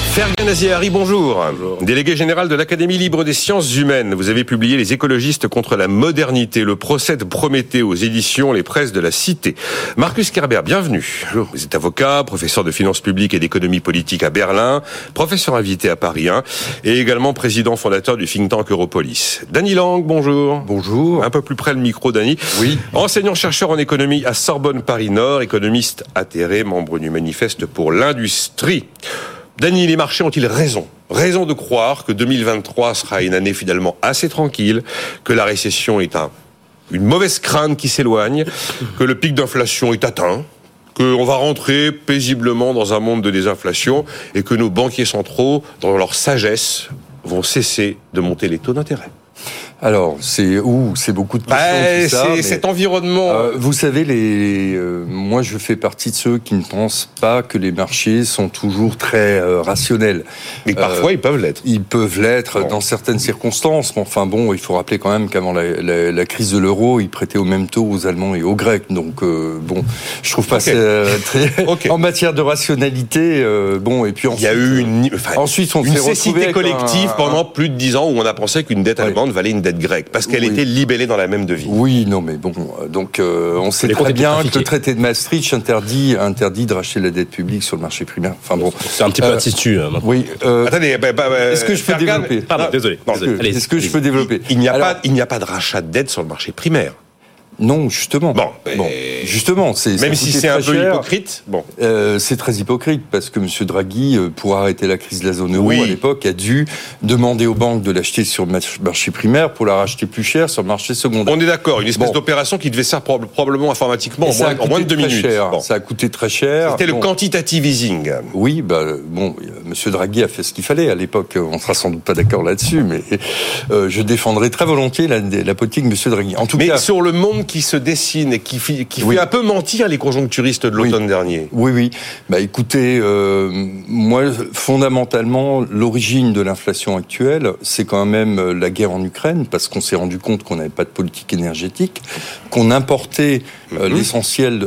Fergan Aziari, bonjour. Délégué général de l'Académie libre des sciences humaines. Vous avez publié Les écologistes contre la modernité, le procès de Prométhée aux éditions Les Presses de la Cité. Marcus Kerber, bienvenue. Vous êtes avocat, professeur de finances publiques et d'économie politique à Berlin, professeur invité à Paris 1 et également président fondateur du think tank Europolis. Dany Lang, bonjour. Bonjour. Un peu plus près le micro, Dany. Oui. Enseignant-chercheur en économie à Sorbonne Paris Nord, économiste atterré, membre du Manifeste pour l'industrie. Dany, les marchés ont-ils raison de croire que 2023 sera une année finalement assez tranquille, que la récession est une mauvaise crainte qui s'éloigne, que le pic d'inflation est atteint, qu'on va rentrer paisiblement dans un monde de désinflation et que nos banquiers centraux, dans leur sagesse, vont cesser de monter les taux d'intérêt? Alors, c'est beaucoup de questions, tout ça. Cet environnement. Vous savez, moi, je fais partie de ceux qui ne pensent pas que les marchés sont toujours très rationnels. Mais parfois, ils peuvent l'être. Ils peuvent l'être dans certaines circonstances. Mais enfin bon, il faut rappeler quand même qu'avant la crise de l'euro, ils prêtaient au même taux aux Allemands et aux Grecs. Donc je trouve pas très. En matière de rationalité, et puis ensuite, il y a eu ensuite on une s'est cécité collective pendant plus de 10 ans où on a pensé qu'une dette allemande valait une dette grecque, parce qu'elle était libellée dans la même devise. Oui, non, mais bon, donc on sait très bien que le traité de Maastricht interdit de racheter la dette publique sur le marché primaire. Enfin bon, c'est un petit peu insistu. Oui. Attendez, est-ce que je peux développer? Pardon, désolé. Est-ce que je peux développer? Il n'y a pas de rachat de dette sur le marché primaire. Non, justement. Justement, même si c'est un peu hypocrite. C'est très hypocrite parce que M. Draghi, pour arrêter la crise de la zone euro à l'époque, a dû demander aux banques de l'acheter sur le marché primaire pour la racheter plus cher sur le marché secondaire. On est d'accord, une espèce d'opération qui devait se faire probablement informatiquement en moins de 2 minutes. Ça a coûté très cher. C'était le quantitative easing. Oui, M. Draghi a fait ce qu'il fallait à l'époque. On sera sans doute pas d'accord là-dessus, mais je défendrai très volontiers la politique de M. Draghi. En tout cas, sur le monde qui se dessine et qui fait un peu mentir les conjoncturistes de l'automne dernier. Oui. Écoutez, moi, fondamentalement, l'origine de l'inflation actuelle, c'est quand même la guerre en Ukraine, parce qu'on s'est rendu compte qu'on n'avait pas de politique énergétique, qu'on importait l'essentiel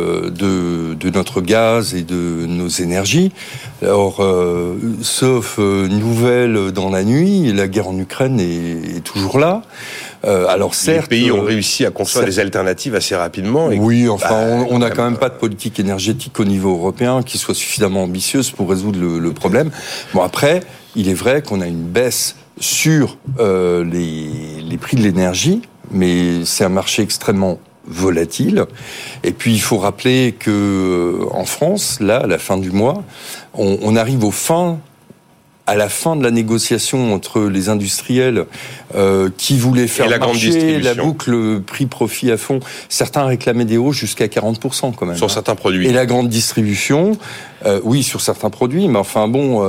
de notre gaz et de nos énergies. Alors, sauf nouvelle dans la nuit, la guerre en Ukraine est toujours là. Alors certes, les pays ont réussi à construire des alternatives assez rapidement. Oui, on n'a quand même pas de politique énergétique au niveau européen qui soit suffisamment ambitieuse pour résoudre le problème. Bon, après, il est vrai qu'on a une baisse sur les prix de l'énergie, mais c'est un marché extrêmement volatile. Et puis, il faut rappeler que en France, là, à la fin du mois, on arrive à la fin de la négociation entre les industriels qui voulaient faire marcher la boucle prix-profit à fond. Certains réclamaient des hausses jusqu'à 40% quand même. Sur certains produits. Et la grande distribution, oui, sur certains produits, mais enfin bon,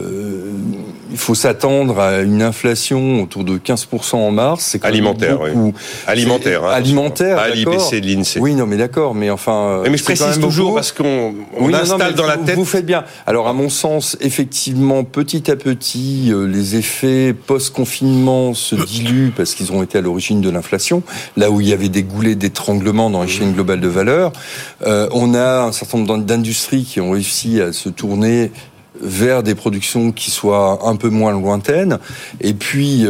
il faut s'attendre à une inflation autour de 15% en mars. C'est quand alimentaire, beaucoup. Oui. Alimentaire. Alimentaire, pas l'IPC de l'INSEE. Oui, non, mais d'accord, mais enfin... Mais je précise toujours parce qu'on installe dans la tête... Vous faites bien. Alors, à mon sens, effectivement, petit à petit, les effets post-confinement se diluent parce qu'ils ont été à l'origine de l'inflation, là où il y avait des goulets d'étranglement dans les chaînes globales de valeur. On a un certain nombre d'industries qui ont réussi à se tourner vers des productions qui soient un peu moins lointaines. Et puis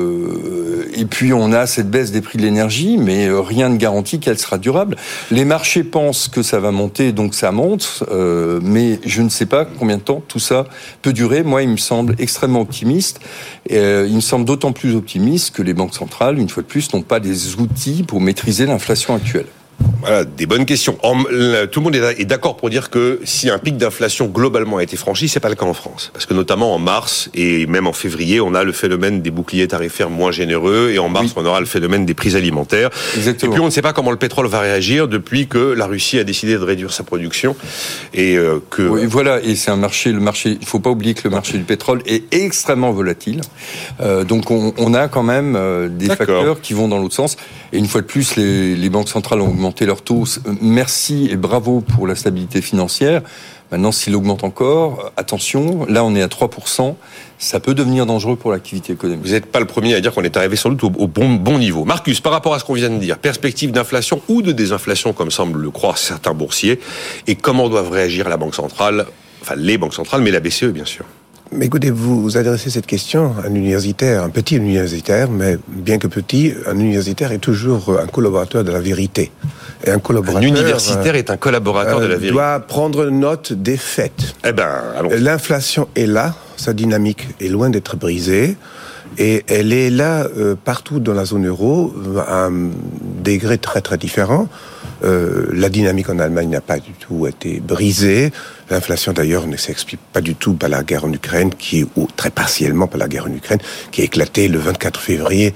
on a cette baisse des prix de l'énergie, mais rien ne garantit qu'elle sera durable. Les marchés pensent que ça va monter, donc ça monte, mais je ne sais pas combien de temps tout ça peut durer. Moi, il me semble extrêmement optimiste. Il me semble d'autant plus optimiste que les banques centrales, une fois de plus, n'ont pas des outils pour maîtriser l'inflation actuelle. Voilà, des bonnes questions. Tout le monde est d'accord pour dire que si un pic d'inflation globalement a été franchi, c'est pas le cas en France. Parce que notamment en mars et même en février, on a le phénomène des boucliers tarifaires moins généreux et en mars, on aura le phénomène des prix alimentaires. Exactement. Et puis on ne sait pas comment le pétrole va réagir depuis que la Russie a décidé de réduire sa production et que... Oui, voilà, et c'est un marché, il faut pas oublier que le marché du pétrole est extrêmement volatile. Donc on a quand même des facteurs qui vont dans l'autre sens. Et une fois de plus, les banques centrales ont augmenté leurs taux. Merci et bravo pour la stabilité financière. Maintenant, s'il augmente encore, attention, là on est à 3%, ça peut devenir dangereux pour l'activité économique. Vous n'êtes pas le premier à dire qu'on est arrivé sans doute au bon niveau. Marcus, par rapport à ce qu'on vient de dire, perspective d'inflation ou de désinflation, comme semblent le croire certains boursiers, et comment doivent réagir la Banque centrale, enfin les banques centrales, mais la BCE bien sûr. Mais écoutez, vous adressez cette question à un universitaire, un petit universitaire, mais bien que petit, un universitaire est toujours un collaborateur de la vérité. Et un universitaire est un collaborateur de la vérité. Doit prendre note des faits. Eh ben, allons. L'inflation est là, sa dynamique est loin d'être brisée. Et elle est là partout dans la zone euro, à un degré très très différent. La dynamique en Allemagne n'a pas du tout été brisée. L'inflation d'ailleurs ne s'explique pas du tout par la guerre en Ukraine, ou très partiellement par la guerre en Ukraine, qui a éclaté le 24 février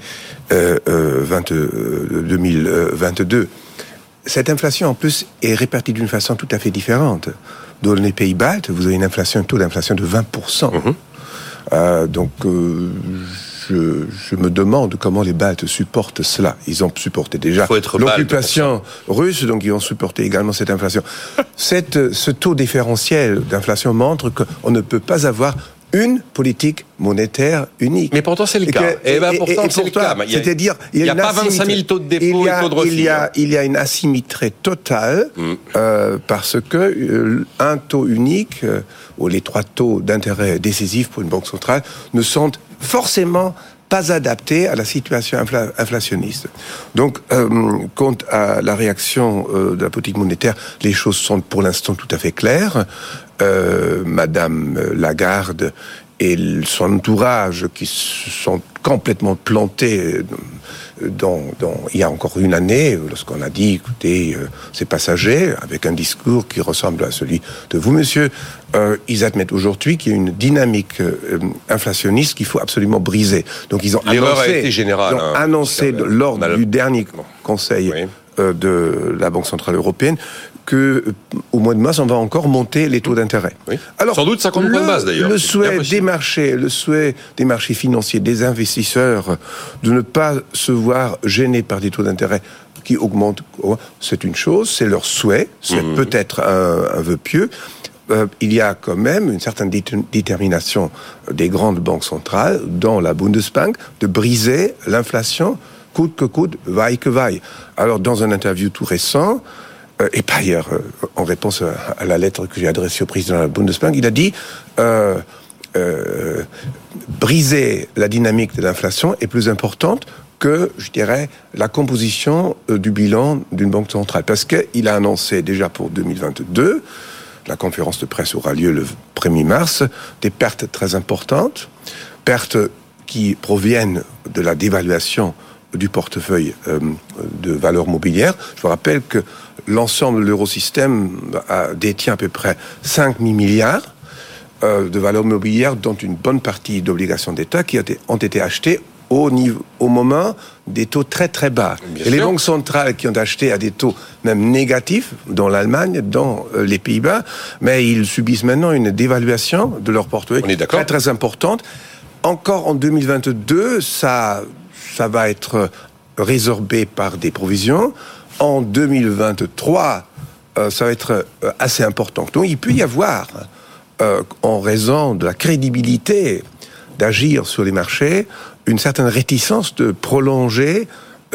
2022. Cette inflation en plus est répartie d'une façon tout à fait différente. Dans les pays baltes, vous avez un taux d'inflation de 20%. Donc je me demande comment les Baltes supportent cela. Ils ont supporté déjà l'occupation russe, donc ils ont supporté également cette inflation. Ce taux différentiel d'inflation montre qu'on ne peut pas avoir une politique monétaire unique. Mais pourtant c'est le cas. C'est le cas. C'est-à-dire, il n'y a pas 25 000 taux de dépôt et taux de refus. Il y a une asymétrie totale parce que un taux unique ou les 3 taux d'intérêt décisifs pour une banque centrale ne sont forcément pas adaptés à la situation inflationniste. Donc, quant à la réaction de la politique monétaire, les choses sont pour l'instant tout à fait claires. Madame Lagarde et son entourage qui se sont complètement plantés il y a encore une année, lorsqu'on a dit, écoutez, c'est passager, avec un discours qui ressemble à celui de vous, monsieur, ils admettent aujourd'hui qu'il y a une dynamique inflationniste qu'il faut absolument briser. Donc ils ont annoncé lors du dernier conseil de la Banque Centrale Européenne que au mois de mars, on va encore monter les taux d'intérêt. Oui. Alors, sans doute 50 points de base d'ailleurs. Le souhait des marchés financiers, des investisseurs, de ne pas se voir gênés par des taux d'intérêt qui augmentent, c'est une chose, c'est leur souhait, c'est peut-être un vœu pieux. Il y a quand même une certaine détermination des grandes banques centrales, dans la Bundesbank, de briser l'inflation coûte que coûte, vaille que vaille. Alors, dans un interview tout récent, et par ailleurs, en réponse à la lettre que j'ai adressée au président de la Bundesbank, il a dit briser la dynamique de l'inflation est plus importante que, je dirais, la composition du bilan d'une banque centrale. Parce qu'il a annoncé déjà pour 2022, la conférence de presse aura lieu le 1er mars, des pertes très importantes, pertes qui proviennent de la dévaluation du portefeuille de valeurs mobilières. Je vous rappelle que l'ensemble de l'eurosystème détient à peu près 5 000 milliards de valeurs mobilières, dont une bonne partie d'obligations d'État qui ont été achetées au moment des taux très très bas. Et les banques centrales qui ont acheté à des taux même négatifs, dans l'Allemagne, dans les Pays-Bas, mais ils subissent maintenant une dévaluation de leur portefeuille très très importante. Encore en 2022, ça va être résorbé par des provisions. En 2023, ça va être assez important. Donc il peut y avoir, en raison de la crédibilité d'agir sur les marchés, une certaine réticence de prolonger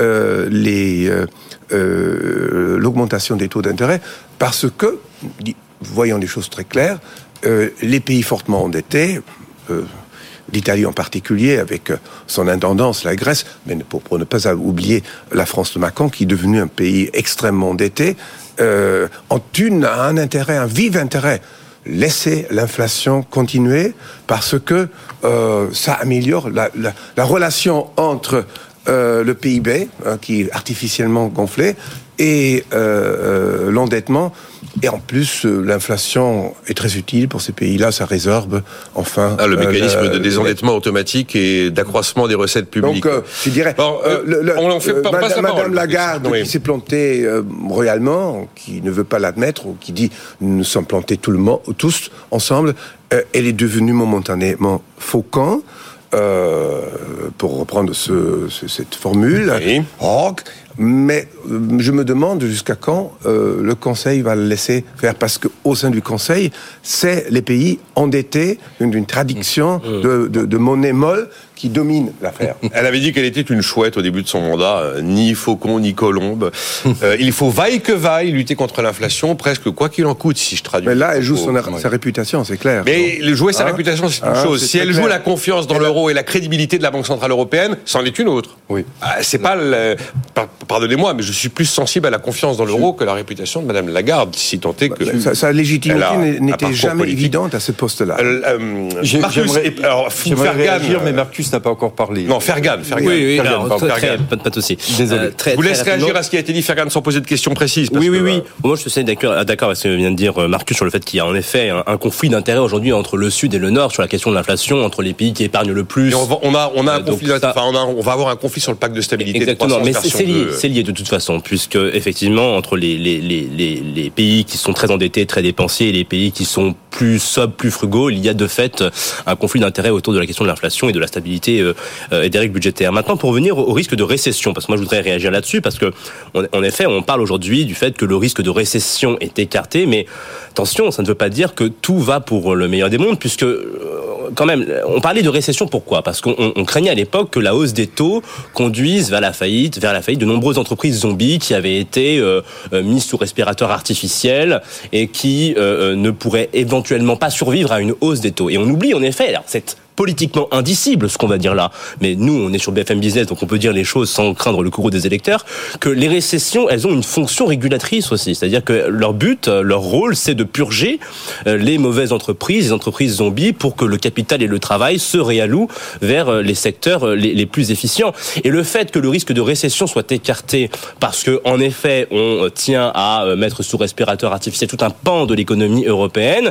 l'augmentation des taux d'intérêt, parce que, voyons les choses très claires, les pays fortement endettés, l'Italie en particulier, avec son intendance, la Grèce, mais pour ne pas oublier la France de Macron, qui est devenue un pays extrêmement endetté, ont un vif intérêt. Laisser l'inflation continuer, parce que ça améliore la relation entre le PIB, qui est artificiellement gonflé, et l'endettement. Et en plus, l'inflation est très utile pour ces pays-là, ça résorbe enfin... le mécanisme de désendettement automatique et d'accroissement des recettes publiques. Donc, je dirais... Madame Lagarde, qui s'est plantée royalement, qui ne veut pas l'admettre, ou qui dit « nous sommes plantés tous ensemble », elle est devenue momentanément faucon, pour reprendre cette formule, Mais je me demande jusqu'à quand le Conseil va le laisser faire, parce qu'au sein du Conseil, c'est les pays endettés, d'une traduction de monnaie molle qui domine l'affaire. Elle avait dit qu'elle était une chouette au début de son mandat, ni faucon ni colombe. Il faut vaille que vaille lutter contre l'inflation, presque quoi qu'il en coûte, si je traduis. Mais là, elle joue sa réputation, c'est clair. Mais jouer sa réputation, c'est une chose. Si elle joue la confiance dans l'euro et la crédibilité de la Banque Centrale Européenne, c'en est une autre. Oui. C'est pas pardonnez-moi, mais je suis plus sensible à la confiance dans l'euro que la réputation de Madame Lagarde, si tant est que... Sa légitimité n'était jamais évidente à ce poste-là. Marcus, j'aimerais réagir, mais Marcus n'a pas encore parlé. Non, Fergan. Oui, pas de souci. Désolé. Je vous laisse réagir à ce qui a été dit, Fergan, sans poser de questions précises. Oui. Moi, je suis d'accord avec ce que vient de dire Marcus sur le fait qu'il y a en effet un conflit d'intérêts aujourd'hui entre le Sud et le Nord sur la question de l'inflation, entre les pays qui épargnent le plus. Et on a un conflit, on va avoir un conflit sur le pacte de stabilité. Exactement, mais c'est lié de toute façon, puisque effectivement, entre les pays qui sont très endettés, très dépensiers, et les pays qui sont plus sobres, plus frugaux, il y a de fait un conflit d'intérêts autour de la question de l'inflation et de la stabilité et des règles budgétaires. Maintenant, pour revenir au risque de récession, parce que moi je voudrais réagir là-dessus, parce que en effet, on parle aujourd'hui du fait que le risque de récession est écarté, mais attention, ça ne veut pas dire que tout va pour le meilleur des mondes, puisque quand même, on parlait de récession, pourquoi ? Parce qu'on craignait à l'époque que la hausse des taux conduise vers la faillite de nombreuses entreprises zombies qui avaient été mises sous respirateur artificiel et qui ne pourraient éventuellement pas survivre à une hausse des taux. Et on oublie en effet, alors c'est politiquement indicible ce qu'on va dire là, mais nous on est sur BFM Business, donc on peut dire les choses sans craindre le courroux des électeurs, que les récessions, elles ont une fonction régulatrice aussi, c'est-à-dire que leur but, leur rôle, c'est de purger les mauvaises entreprises, les entreprises zombies, pour que le capital et le travail se réallouent vers les secteurs les plus efficients. Et le fait que le risque de récession soit écarté parce que en effet on tient à mettre sous respirateur artificiel tout un pan de l'économie européenne,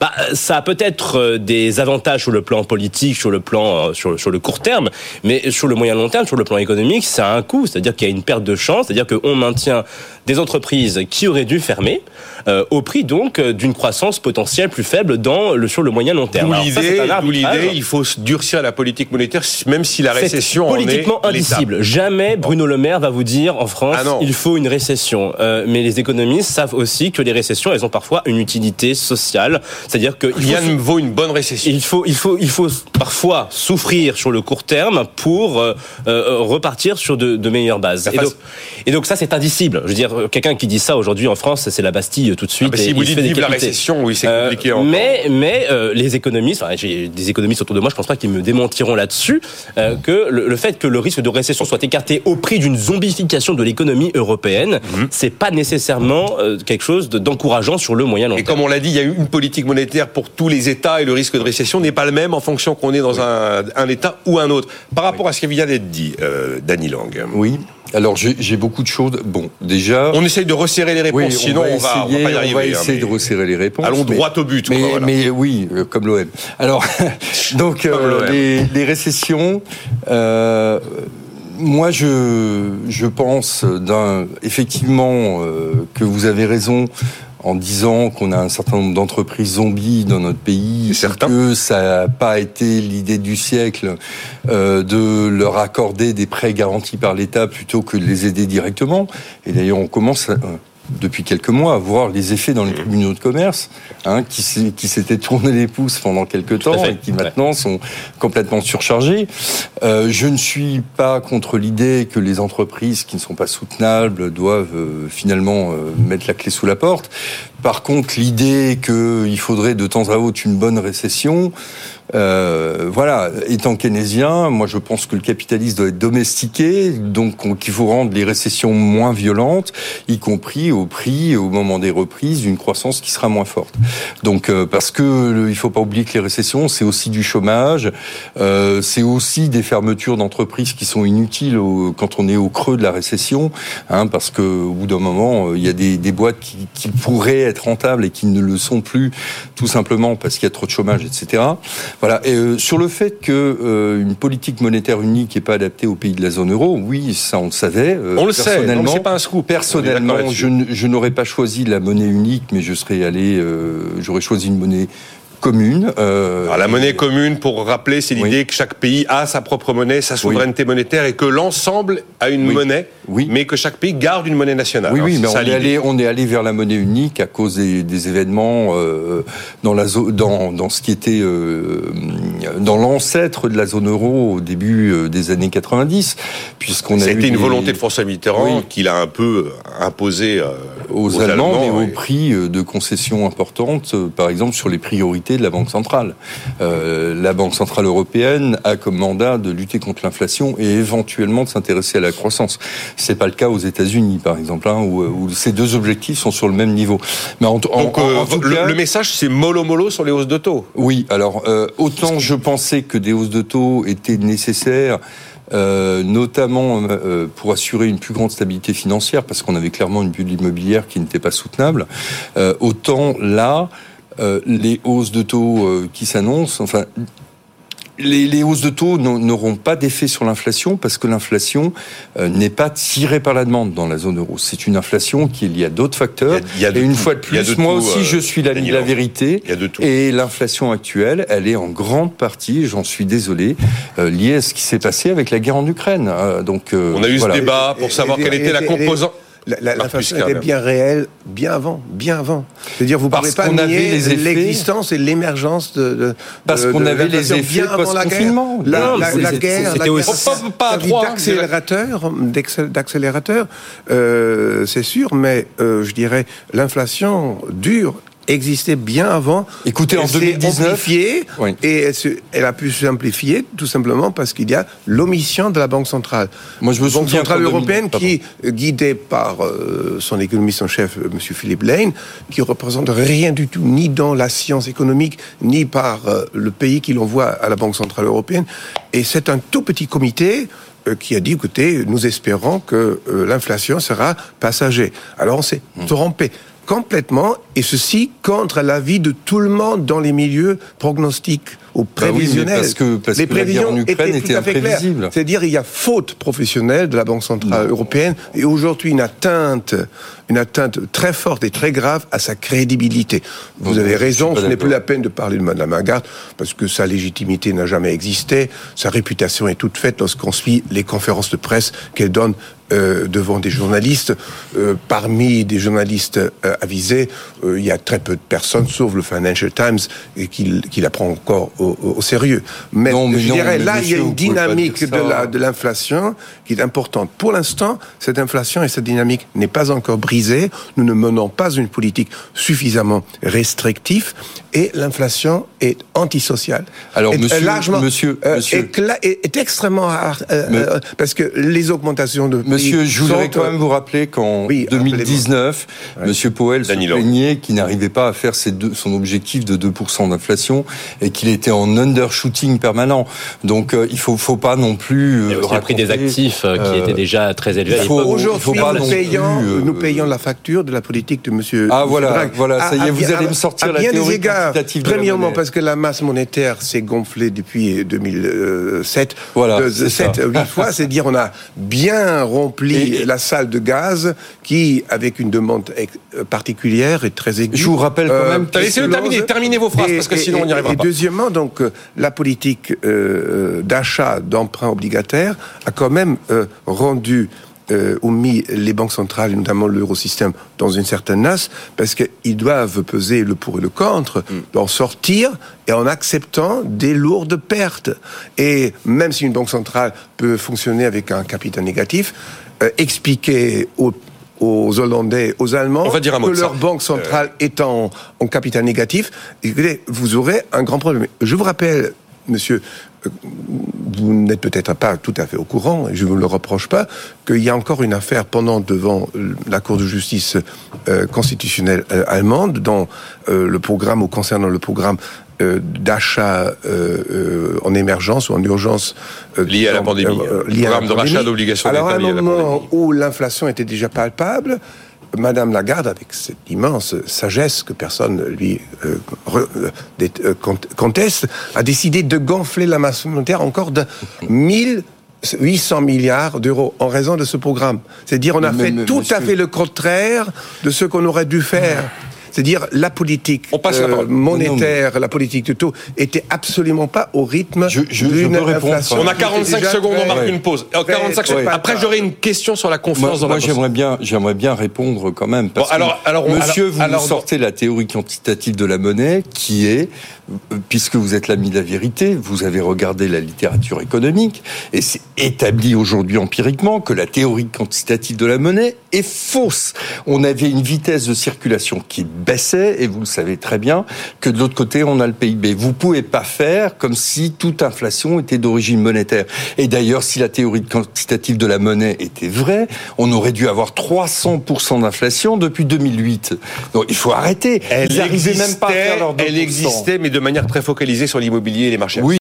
ça a peut-être des avantages sur le plan politique, sur le plan sur le court terme, mais sur le moyen long terme, sur le plan économique, ça a un coût, c'est-à-dire qu'il y a une perte de chance, c'est-à-dire qu'on maintient des entreprises qui auraient dû fermer au prix donc d'une croissance potentielle plus faible sur le moyen long terme. D'où l'idée, il faut durcir la politique monétaire, même si la récession en est politiquement indicible. Jamais Bruno Le Maire va vous dire en France il faut une récession. Mais les économistes savent aussi que les récessions, elles ont parfois une utilité sociale, c'est-à-dire que rien ne vaut une bonne récession. Il faut parfois souffrir sur le court terme pour repartir sur de meilleures bases. Et donc ça, c'est indicible. Je veux dire, quelqu'un qui dit ça aujourd'hui en France, c'est la Bastille tout de suite. Si vous dites vive la récession, oui, c'est compliqué. Mais les économistes, j'ai des économistes autour de moi, je pense pas qu'ils me démentiront là-dessus, que le fait que le risque de récession soit écarté au prix d'une zombification de l'économie européenne, c'est pas nécessairement quelque chose d'encourageant sur le moyen long terme. Et comme on l'a dit, il y a eu une politique monétaire pour tous les États et le risque de récession n'est pas le même en fonction qu'on est dans un État ou un autre. Par rapport à ce qui vient d'être dit, Danny Lang. Oui. Alors j'ai beaucoup de choses. Bon, déjà, on essaye de resserrer les réponses, sinon on va pas y arriver. On va essayer de resserrer les réponses. Allons droit au but. Mais oui, comme l'OM. Alors, donc les récessions. Moi, je pense effectivement que vous avez raison en disant qu'on a un certain nombre d'entreprises zombies dans notre pays, que ça n'a pas été l'idée du siècle de leur accorder des prêts garantis par l'État plutôt que de les aider directement. Et d'ailleurs, on commence depuis quelques mois à voir les effets dans les tribunaux de commerce, qui s'étaient tourné les pouces pendant quelques temps et qui maintenant sont complètement surchargés. Je ne suis pas contre l'idée que les entreprises qui ne sont pas soutenables doivent finalement mettre la clé sous la porte. Par contre, l'idée qu'il faudrait de temps à autre une bonne récession, étant keynésien, moi je pense que le capitalisme doit être domestiqué, donc qu'il faut rendre les récessions moins violentes, y compris au prix, au moment des reprises, d'une croissance qui sera moins forte. Donc parce que il faut pas oublier que les récessions, c'est aussi du chômage, c'est aussi des fermetures d'entreprises qui sont inutiles quand on est au creux de la récession, parce que au bout d'un moment, il y a des boîtes qui pourraient être rentables et qui ne le sont plus, tout simplement parce qu'il y a trop de chômage, etc. Voilà. Et sur le fait que une politique monétaire unique n'est pas adaptée aux pays de la zone euro, oui, ça on le savait. On le sait. Non, c'est pas un scoop. Personnellement, je n'aurais pas choisi la monnaie unique, mais j'aurais choisi une monnaie commune. Alors, la monnaie commune, pour rappeler, c'est l'idée que chaque pays a sa propre monnaie, sa souveraineté monétaire, et que l'ensemble a une monnaie, mais que chaque pays garde une monnaie nationale. Oui, mais on est allé vers la monnaie unique à cause des événements dans ce qui était dans l'ancêtre de la zone euro au début des années 90, puisqu'on a C'était une volonté de François Mitterrand qu'il a un peu imposée aux Allemands, mais au prix de concessions importantes, par exemple sur les priorités de la Banque centrale. La Banque centrale européenne a comme mandat de lutter contre l'inflation et éventuellement de s'intéresser à la croissance. C'est pas le cas aux États-Unis, par exemple, où ces deux objectifs sont sur le même niveau. Mais en tout cas, le message, c'est mollo sur les hausses de taux. Oui, alors autant je pensais que des hausses de taux étaient nécessaires, notamment pour assurer une plus grande stabilité financière, parce qu'on avait clairement une bulle immobilière qui n'était pas soutenable. Autant là, les hausses de taux qui s'annoncent, enfin, les hausses de taux n'auront pas d'effet sur l'inflation parce que l'inflation n'est pas tirée par la demande dans la zone euro. C'est une inflation qui est liée à d'autres facteurs. Et une fois de plus, moi aussi, je suis l'ami de la vérité. Et l'inflation actuelle, elle est en grande partie, j'en suis désolé, liée à ce qui s'est passé avec la guerre en Ukraine. Donc, on a eu ce débat pour savoir quelle était la composante. L'inflation était bien réelle, bien avant. C'est-à-dire, vous ne pouvez pas nier l'existence et l'émergence de parce qu'on avait les effets post-confinement. La guerre, c'était aussi pas d'accélérateur, c'est sûr, mais je dirais, l'inflation dure existait bien avant. Écoutez, en 2019, et elle a pu s'amplifier tout simplement parce qu'il y a l'omission de la Banque centrale. Moi, je me souviens Banque centrale européenne qui, guidée par son économiste en chef, M. Philippe Lane, qui représente rien du tout, ni dans la science économique, ni par le pays qui l'envoie à la Banque centrale européenne. Et c'est un tout petit comité qui a dit, écoutez, nous espérons que l'inflation sera passager. Alors on s'est trompé complètement, et ceci contre l'avis de tout le monde dans les milieux prognostiques ou prévisionnels. Parce que les prévisions en Ukraine étaient imprévisibles. C'est-à-dire, il y a faute professionnelle de la Banque centrale européenne, et aujourd'hui une atteinte très forte et très grave à sa crédibilité. Vous avez raison, ce n'est plus la peine de parler de Mme Lagarde, parce que sa légitimité n'a jamais existé, sa réputation est toute faite lorsqu'on suit les conférences de presse qu'elle donne devant des journalistes. Parmi des journalistes avisés, il y a très peu de personnes, sauf le Financial Times, qui la prend encore au sérieux. Mais je dirais, là, il y a une dynamique de l'inflation qui est importante. Pour l'instant, cette inflation et cette dynamique n'est pas encore brisée. Nous ne menons pas une politique suffisamment restrictive, et l'inflation est antisociale. Alors, monsieur, est extrêmement parce que les augmentations de Monsieur, je voudrais quand même vous rappeler qu'en 2019, Monsieur Powell se plaignait qu'il n'arrivait pas à faire son objectif de 2% d'inflation et qu'il était en undershooting permanent. Donc, il faut pas non plus. Il y a aussi le prix des actifs qui était déjà très élevé. Aujourd'hui, nous payons la facture de la politique de Monsieur. Ah voilà, ça y est, vous allez me sortir la théorie quantitative. Premièrement, parce que la masse monétaire s'est gonflée depuis 2007. Voilà, 7-8 fois, c'est dire on a bien rempli la salle de gaz qui, avec une demande particulière et très aiguë. Je vous rappelle quand même... Laissez-le terminer vos phrases, parce que sinon on n'y arrivera pas. Et deuxièmement, donc, la politique d'achat d'emprunts obligataires a quand même rendu ou mis les banques centrales, notamment l'eurosystème, dans une certaine nasse, parce qu'ils doivent peser le pour et le contre, d'en sortir, et en acceptant des lourdes pertes. Et même si une banque centrale peut fonctionner avec un capital négatif, expliquer aux Hollandais, aux Allemands, que leur banque centrale est en capital négatif, écoutez, vous aurez un grand problème. Je vous rappelle, monsieur, vous n'êtes peut-être pas tout à fait au courant, et je ne vous le reproche pas, qu'il y a encore une affaire pendant devant la Cour de justice constitutionnelle allemande, dans le programme, ou concernant le programme d'achat en émergence ou en urgence lié à la pandémie, programme de rachat d'obligations d'État lié à la pandémie. Alors, à un moment où l'inflation était déjà palpable, Madame Lagarde, avec cette immense sagesse que personne lui conteste, a décidé de gonfler la masse monétaire encore de 800 milliards d'euros en raison de ce programme. C'est-à-dire, on a fait tout à fait le contraire de ce qu'on aurait dû faire. C'est-à-dire la politique monétaire, la politique de taux était absolument pas au rythme d'une inflation. On a 45 secondes, on marque une pause. 45 secondes. Après, j'aurai une question sur la confiance dans la bourse. J'aimerais bien répondre quand même. Parce que vous sortez la théorie quantitative de la monnaie qui est, puisque vous êtes l'ami de la vérité, vous avez regardé la littérature économique et c'est établi aujourd'hui empiriquement que la théorie quantitative de la monnaie est fausse. On avait une vitesse de circulation qui baissait et vous le savez très bien que de l'autre côté on a le PIB. Vous pouvez pas faire comme si toute inflation était d'origine monétaire. Et d'ailleurs, si la théorie quantitative de la monnaie était vraie, on aurait dû avoir 300% d'inflation depuis 2008. Donc il faut arrêter. Elle existait, mais de manière très focalisée sur l'immobilier et les marchés. Oui.